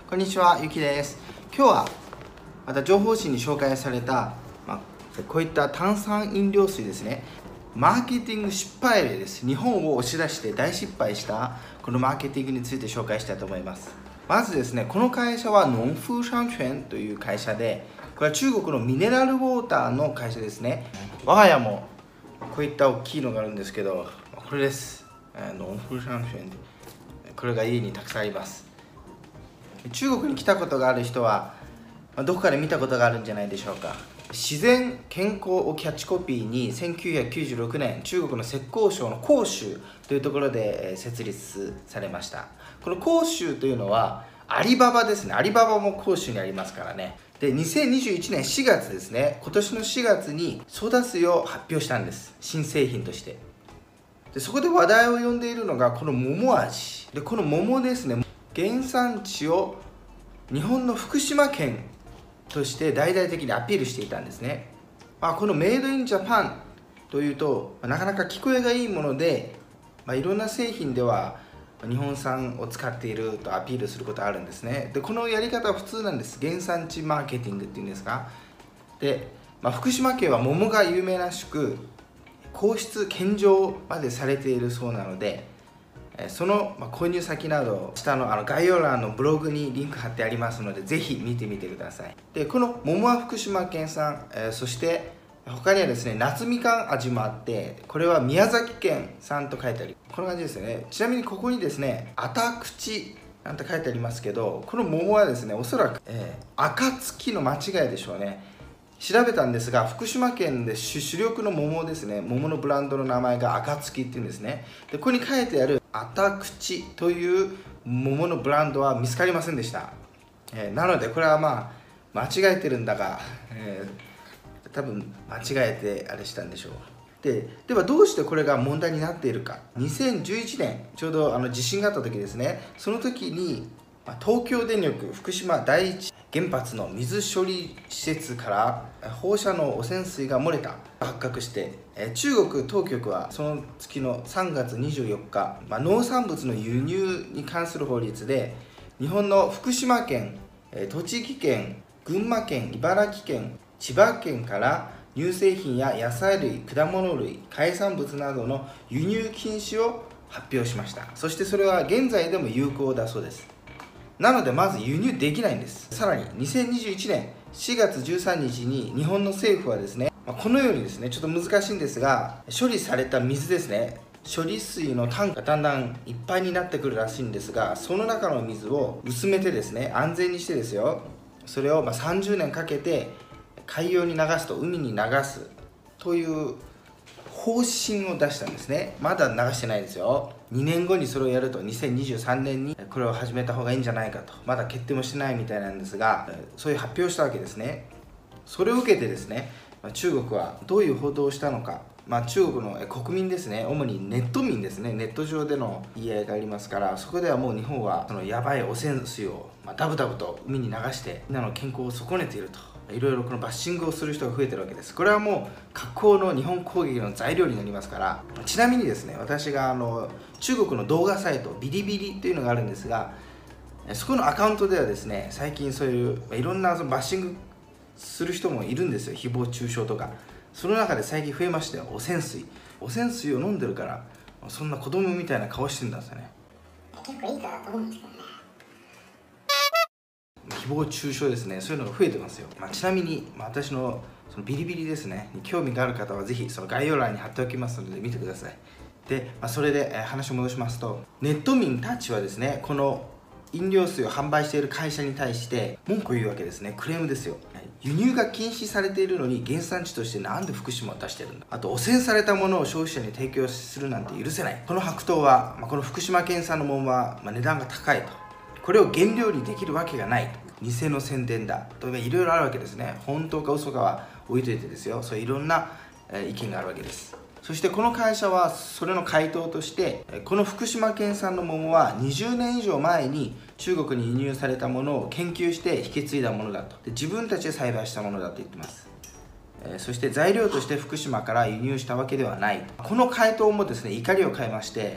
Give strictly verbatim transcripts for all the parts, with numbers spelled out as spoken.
こんにちは、ゆきです。今日はまた情報誌に紹介された、まあ、こういった炭酸飲料水ですね。マーケティング失敗例です。日本を押し出して大失敗したこのマーケティングについて紹介したいと思います。まずですね、この会社はノンフーシャンチェンという会社で、これは中国のミネラルウォーターの会社ですね。我が家もこういった大きいのがあるんですけど、これです。ノンフーシャンチェン。これが家にたくさんあります。中国に来たことがある人はどこかで見たことがあるんじゃないでしょうか。自然健康をキャッチコピーにせんきゅうひゃくきゅうじゅうろくねん中国の浙江省の杭州というところで設立されました。この杭州というのはアリババですね。アリババも杭州にありますからね。でにせんにじゅういちねんしがつですね、今年のしがつにソーダ水を発表したんです。新製品として。でそこで話題を呼んでいるのがこの桃味で、この桃ですね、原産地を日本の福島県として大々的にアピールしていたんですね。まあ、このメイドインジャパンというと、まあ、なかなか聞こえがいいもので、まあ、いろんな製品では日本産を使っているとアピールすることがあるんですね。でこのやり方は普通なんです。原産地マーケティングっていうんですか。で、まあ、福島県は桃が有名らしく皇室献上までされているそうなので、その購入先など下のあの概要欄のブログにリンク貼ってありますので、ぜひ見てみてください。でこの桃は福島県産、えー、そして他にはですね、夏みかん味もあって、これは宮崎県産と書いてあり、こんな感じですよね。ちなみにここにですね、あたくちなんて書いてありますけど、この桃はですね、おそらく、えー、暁の間違いでしょうね。調べたんですが、福島県で主力の桃ですね、桃のブランドの名前が暁っていうんですね。でここに書いてあるあたくちという桃のブランドは見つかりませんでした。えー、なのでこれはまあ間違えてるんだが、えー、多分間違えてあれしたんでしょう。でではどうしてこれが問題になっているか。にせんじゅういちねんちょうどあの地震があった時ですね、その時に東京電力福島第一原発の水処理施設から放射能汚染水が漏れた発覚して、中国当局はその月のさんがつにじゅうよっか、まあ、農産物の輸入に関する法律で日本の福島県、栃木県、群馬県、茨城県、千葉県から乳製品や野菜類、果物類、海産物などの輸入禁止を発表しました。そしてそれは現在でも有効だそうです。なのでまず輸入できないんです。さらににせんにじゅういちねんしがつじゅうさんにちに日本の政府はですね、このようにですね、ちょっと難しいんですが、処理された水ですね、処理水のタンクがだんだんいっぱいになってくるらしいんですが、その中の水を薄めてですね、安全にしてですよ、それをまあさんじゅうねんかけて海洋に流すと、海に流すという方針を出したんですね。まだ流してないですよ。にねんごにそれをやると、にせんにじゅうさんねんにこれを始めた方がいいんじゃないかと、まだ決定もしてないみたいなんですが、そういう発表をしたわけですね。それを受けてですね、中国はどういう報道をしたのか。まあ、中国の国民ですね、主にネット民ですね、ネット上での言い合いがありますから、そこではもう日本はそのやばい汚染水を、まあ、ダブダブと海に流してみんなの健康を損ねていると、いろいろこのバッシングをする人が増えてるわけです。これはもう格好の日本攻撃の材料になりますから。ちなみにですね、私があの中国の動画サイトビリビリというのがあるんですが、そこのアカウントではですね、最近そういういろんなそのバッシングする人もいるんですよ。誹謗中傷とか。その中で最近増えましたよ、汚染水。汚染水を飲んでるからそんな子供みたいな顔してるんですよね。 結構いいかなと思うんですけどね。 誹謗中傷ですね、そういうのが増えてますよ。まあ、ちなみに、まあ、私のそのビリビリですねに興味がある方はぜひその概要欄に貼っておきますので見てください。で、まあ、それで、えー、話を戻しますと、ネット民たちはですね、この飲料水を販売している会社に対して文句を言うわけですね。クレームですよ。輸入が禁止されているのに原産地としてなんで福島を出してるんだ。あと汚染されたものを消費者に提供するなんて許せない。この白桃は、まあ、この福島県産の桃は、まあ、値段が高いと、これを原料にできるわけがないと、偽の宣伝だとかいろいろあるわけですね。本当か嘘かは置いといてですよ、そういろんな、えー、意見があるわけです。そしてこの会社はそれの回答として、この福島県産の桃はにじゅうねん以上前に中国に輸入されたものを研究して引き継いだものだと、で自分たちで栽培したものだと言ってます。そして材料として福島から輸入したわけではない。この回答もですね、怒りを買いまして、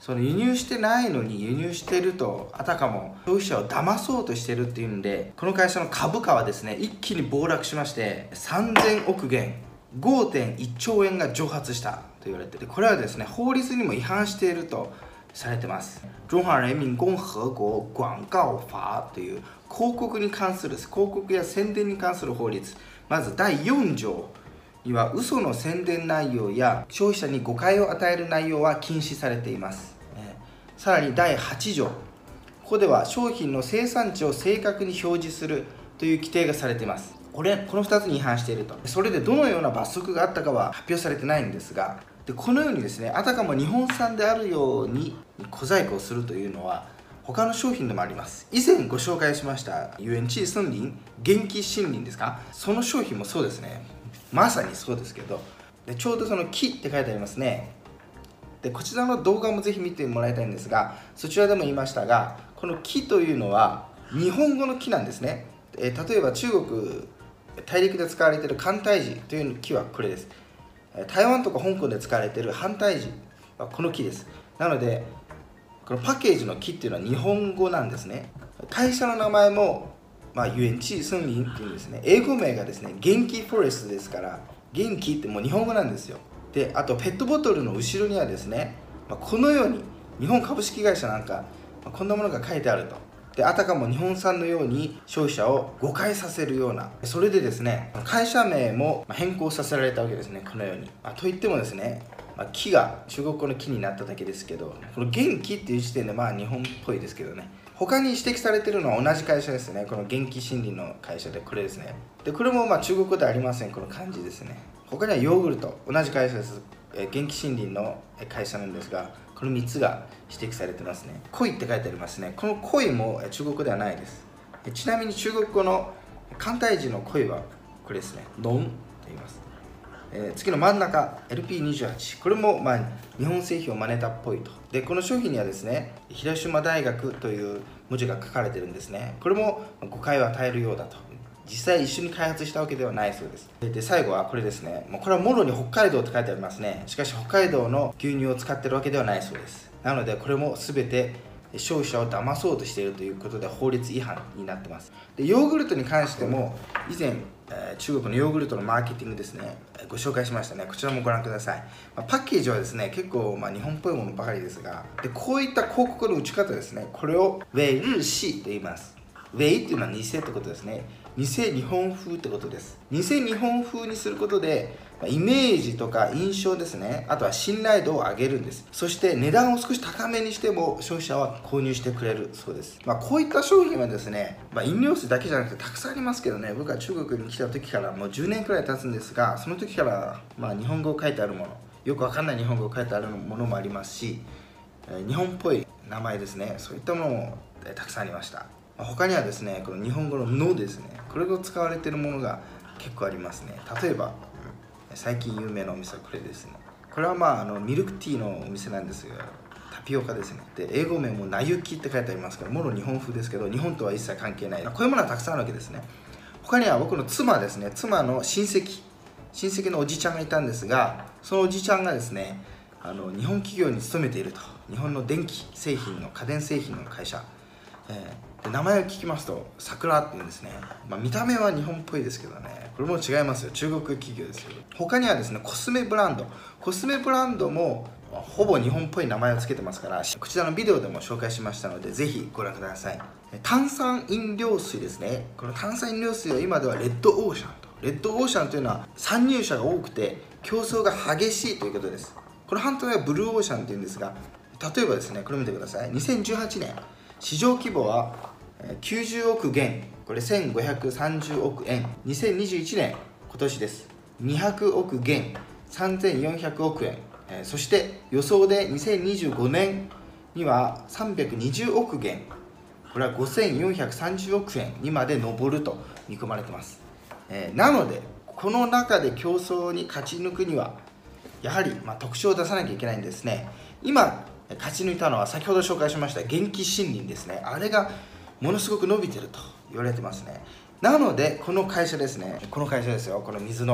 その輸入してないのに輸入してると、あたかも消費者を騙そうとしてるっていうんで、この会社の株価はですね一気に暴落しまして、さんぜんおくげん ごてんいっちょうえんが蒸発したと言われてて、これはですね法律にも違反しているとされてます。中華人民共和国广告法という広告に関する、広告や宣伝に関する法律、まずだいよんじょうには嘘の宣伝内容や消費者に誤解を与える内容は禁止されています。さらにだいはちじょう、ここでは商品の生産地を正確に表示するという規定がされています。これこのふたつに違反していると。それでどのような罰則があったかは発表されてないんですが、でこのようにですね、あたかも日本産であるように小細工をするというのは他の商品でもあります。以前ご紹介しましたユエンチー森林、元気森林ですか、その商品もそうですね。まさにそうですけど、でちょうどその木って書いてありますね。でこちらの動画もぜひ見てもらいたいんですが、そちらでも言いましたが、この木というのは日本語の木なんですね。えー、例えば中国大陸で使われている寒帯樹という木はこれです。台湾とか香港で使われている反対樹はこの木です。なのでこのパッケージの木っていうのは日本語なんですね。会社の名前も、まあ、ユエンチー森林っていうんですね。英語名がですね元気フォレストですから、元気ってもう日本語なんですよ。であとペットボトルの後ろにはですね、まあ、このように日本株式会社なんか、まあ、こんなものが書いてあると。であたかも日本産のように消費者を誤解させるような、それでですね会社名も変更させられたわけですね。このように、まあ、といってもですね、まあ、木が中国語の木になっただけですけど、この元気っていう時点でまあ日本っぽいですけどね。他に指摘されているのは同じ会社ですね。この元気森林の会社でこれですね。でこれもまあ中国語ではありません。この漢字ですね。他にはヨーグルト、同じ会社です。え元気森林の会社なんですが、このみっつが指摘されてますね。恋って書いてありますね。この恋も中国語ではないです。ちなみに中国語の簡体字の恋はこれですね。ノンと言います。えー、次の真ん中 エルピーにじゅうはち、 これもまあ日本製品を真似たっぽいと。でこの商品にはですね広島大学という文字が書かれてるんですね。これも誤解を与えるようだと。実際一緒に開発したわけではないそうです。で最後はこれですね。もうこれはもろに北海道って書いてありますね。しかし北海道の牛乳を使ってるわけではないそうです。なのでこれも全て消費者を騙そうとしているということで法律違反になってます。でヨーグルトに関しても以前、えー、中国のヨーグルトのマーケティングですねご紹介しましたね。こちらもご覧ください。まあ、パッケージはですね結構まあ日本っぽいものばかりですが、でこういった広告の打ち方ですね、これをウェイ日シと言います。ウェイっていうのは偽ってことですね。偽日本風ってことです。偽日本風にすることでイメージとか印象ですね、あとは信頼度を上げるんです。そして値段を少し高めにしても消費者は購入してくれるそうです。まあ、こういった商品はですね、まあ、飲料水だけじゃなくてたくさんありますけどね、僕は中国に来た時からもうじゅうねんくらい経つんですが、その時からまあ日本語を書いてあるもの、よくわかんない日本語を書いてあるものもありますし、日本っぽい名前ですね、そういったものもたくさんありました。他にはですね、この日本語ののですね、これが使われているものが結構ありますね。例えば最近有名なお店はこれですね。これはまああのミルクティーのお店なんですが、タピオカですね。で英語名もなゆきって書いてありますけど、もろ日本風ですけど日本とは一切関係ない、こういうものはたくさんあるわけですね。他には僕の妻ですね、妻の親戚親戚のおじちゃんがいたんですが、そのおじちゃんがですねあの日本企業に勤めていると。日本の電気製品の家電製品の会社、えー、で名前を聞きますと桜っていうんですね。まあ、見た目は日本っぽいですけどね、これも違いますよ。中国企業ですよ。他にはですねコスメブランドコスメブランドもほぼ日本っぽい名前を付けてますから、こちらのビデオでも紹介しましたのでぜひご覧ください。炭酸飲料水ですね。この炭酸飲料水は今ではレッドオーシャンと。レッドオーシャンというのは参入者が多くて競争が激しいということです。この反対はブルーオーシャンというんですが、例えばですねこれ見てください。にせんじゅうはちねん市場規模はきゅうじゅうおくげん、これせんごひゃくさんじゅうおくえん。にせんにじゅういちねん今年ですにひゃくおくげん、さんぜんよんひゃくおくえん、えー、そして予想でにせんにじゅうごねんにはさんびゃくにじゅうおくげん、これはごせんよんひゃくさんじゅうおくえんにまで上ると見込まれています。えー、なのでこの中で競争に勝ち抜くにはやはりまあ特徴を出さなきゃいけないんですね。今勝ち抜いたのは先ほど紹介しました元気森林ですね。あれがものすごく伸びてると言われてますね。なのでこの会社ですね、この会社ですよ、この水の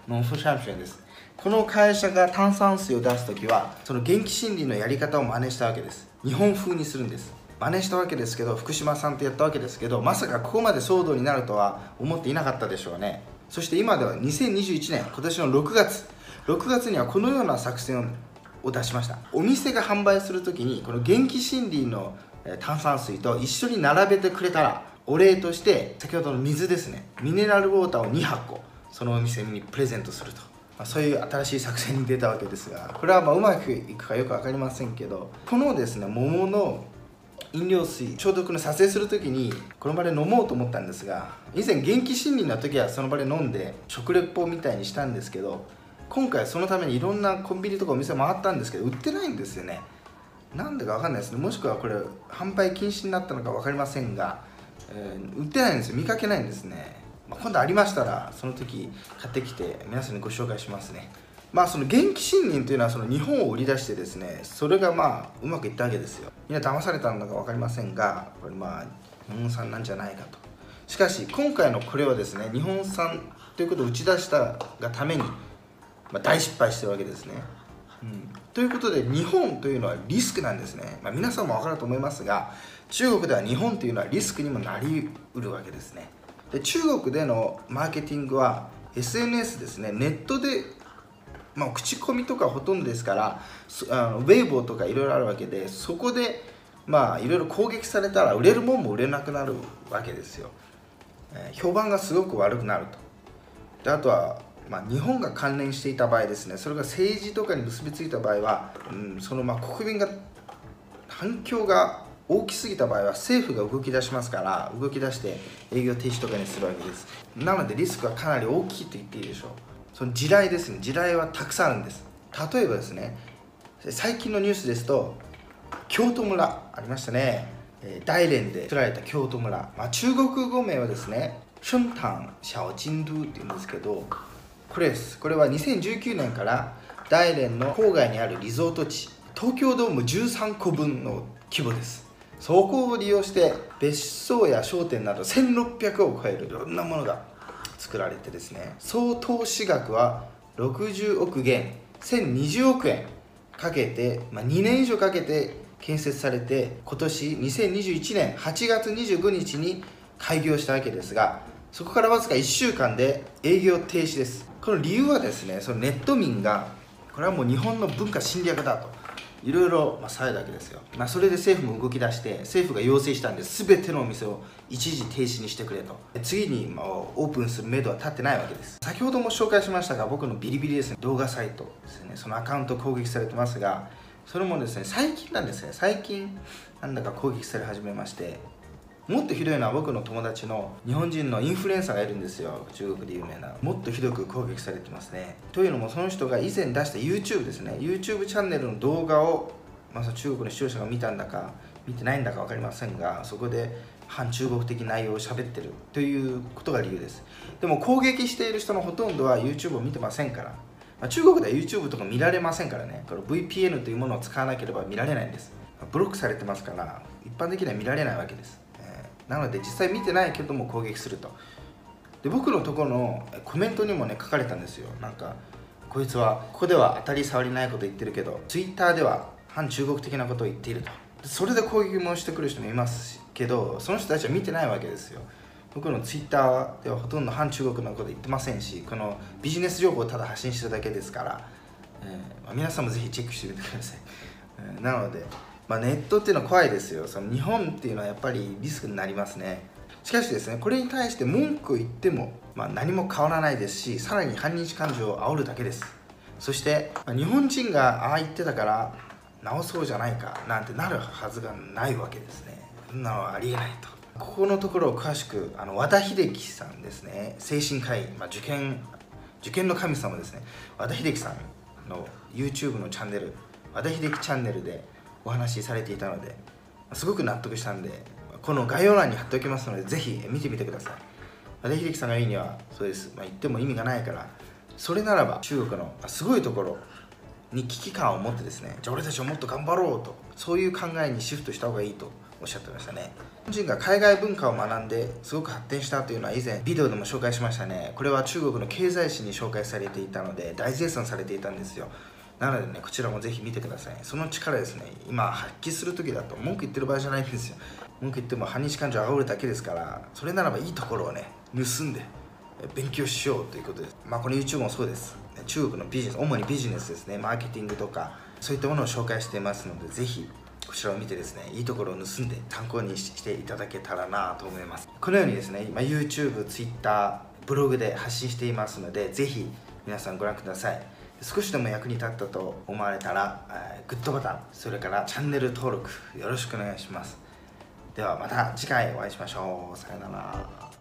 ノンフシャンションです。この会社が炭酸水を出すときは、その元気森林のやり方を真似したわけです。日本風にするんです。真似したわけですけど、福島さんとやったわけですけど、まさかここまで騒動になるとは思っていなかったでしょうね。そして今ではにせんにじゅういちねん、今年のろくがつ、ろくがつにはこのような作戦を出しました。お店が販売するときに、この元気森林の炭酸水と一緒に並べてくれたら、お礼として先ほどの水ですね、ミネラルウォーターをにはこそのお店にプレゼントすると、まあ、そういう新しい作戦に出たわけですが、これはまあうまくいくかよく分かりませんけど、このですね桃の飲料水消毒の撮影するときにこの場で飲もうと思ったんですが、以前元気森林の時はその場で飲んで食レポみたいにしたんですけど、今回そのためにいろんなコンビニとかお店回ったんですけど売ってないんですよね。なんでか分かんないですね。もしくはこれ販売禁止になったのか分かりませんが、えー、売ってないんですよ。見かけないんですね。まあ、今度ありましたらその時買ってきて皆さんにご紹介しますね。まあその元気森林というのはその日本を売り出してですね、それがまあうまくいったわけですよ。みんな騙されたのか分かりませんが、これまあ日本産なんじゃないかと。しかし今回のこれはですね、日本産ということを打ち出したがために、まあ、大失敗してるわけですね。うん、ということで日本というのはリスクなんですね。まあ、皆さんも分かると思いますが、中国では日本というのはリスクにもなりうるわけですね。で中国でのマーケティングは エスエヌエス ですね、ネットで、まあ、口コミとかほとんどですから、あのウェイボーとかいろいろあるわけで、そこでまあいろいろ攻撃されたら売れるもんも売れなくなるわけですよ。えー、評判がすごく悪くなると。であとはまあ、日本が関連していた場合ですね、それが政治とかに結びついた場合は、うん、そのまあ国民が反響が大きすぎた場合は政府が動き出しますから、動き出して営業停止とかにするわけです。なのでリスクはかなり大きいと言っていいでしょう。その地雷ですね、地雷はたくさんあるんです。例えばですね、最近のニュースですと京都村ありましたね。大連で作られた京都村、まあ、中国語名はですね春丹小京都っていうんですけど、これです。これはにせんじゅうきゅうねんから大連の郊外にあるリゾート地、東京ドームじゅうさんこぶんの規模です。そこを利用して別荘や商店などせんろっぴゃくを超えるいろんなものが作られてですね、総投資額はろくじゅうおくげん、せんにじゅうおくえんかけて、まあ、にねん以上かけて建設されて、今年にせんにじゅういちねんはちがつにじゅうごにちに開業したわけですが、そこからわずかいっしゅうかんで営業停止です。この理由はですね、そのネット民がこれはもう日本の文化侵略だといろいろ騒いだわけですよ。まあ、それで政府も動き出して、政府が要請したんで全てのお店を一時停止にしてくれと。次にまあオープンする目処は立ってないわけです。先ほども紹介しましたが、僕のビリビリですね、動画サイトですね、そのアカウント攻撃されてますが、それもですね最近なんですね。最近なんだか攻撃され始めまして、もっとひどいのは僕の友達の日本人のインフルエンサーがいるんですよ。中国で有名な。もっとひどく攻撃されてますね。というのもその人が以前出した YouTube ですね、 YouTube チャンネルの動画を、まあ、中国の視聴者が見たんだか見てないんだか分かりませんが、そこで反中国的内容を喋ってるということが理由です。でも攻撃している人のほとんどは YouTube を見てませんから、まあ、中国では YouTube とか見られませんからね。これ ブイピーエヌ というものを使わなければ見られないんです。ブロックされてますから一般的には見られないわけです。なので実際見てないけども攻撃すると。で僕のところのコメントにもね書かれたんですよ。なんかこいつはここでは当たり障りないこと言ってるけど Twitter では反中国的なことを言っていると。それで攻撃もしてくる人もいますけど、その人たちは見てないわけですよ。僕の Twitter ではほとんど反中国のこと言ってませんし、このビジネス情報をただ発信してるだけですから、えーまあ、皆さんもぜひチェックしてみてください。えー、なのでまあ、ネットっていうのは怖いですよ。その日本っていうのはやっぱりリスクになりますね。しかしですね、これに対して文句を言っても、まあ、何も変わらないですし、さらに反日感情を煽るだけです。そして、まあ、日本人がああ言ってたから直そうじゃないかなんてなるはずがないわけですね。そんなのはありえないと。ここのところを詳しくあの和田秀樹さんですね、精神科医、まあ、受験受験の神様ですね、和田秀樹さんの YouTube のチャンネル、和田秀樹チャンネルでお話しされていたので、すごく納得したんで、この概要欄に貼っておきますのでぜひ見てみてください。和田秀樹さんが言うにはそうです、まあ、言っても意味がないから、それならば中国のすごいところに危機感を持ってですね、じゃあ俺たちはもっと頑張ろうと、そういう考えにシフトした方がいいとおっしゃってましたね。 日本人が海外文化を学んですごく発展したというのは以前ビデオでも紹介しましたね。これは中国の経済誌に紹介されていたので大絶賛されていたんですよ。なのでね、こちらもぜひ見てください。その力ですね、今発揮する時だと文句言ってる場合じゃないんですよ。文句言っても反日感情あおるだけですから、それならばいいところをね盗んで勉強しようということです。まあこの YouTube もそうです。中国のビジネス、主にビジネスですね、マーケティングとかそういったものを紹介していますので、ぜひこちらを見てですね、いいところを盗んで参考にしていただけたらなと思います。このようにですね、今 YouTube、Twitter、ブログで発信していますので、ぜひ皆さんご覧ください。少しでも役に立ったと思われたら、えー、グッドボタン、それからチャンネル登録よろしくお願いします。ではまた次回お会いしましょう。さよなら。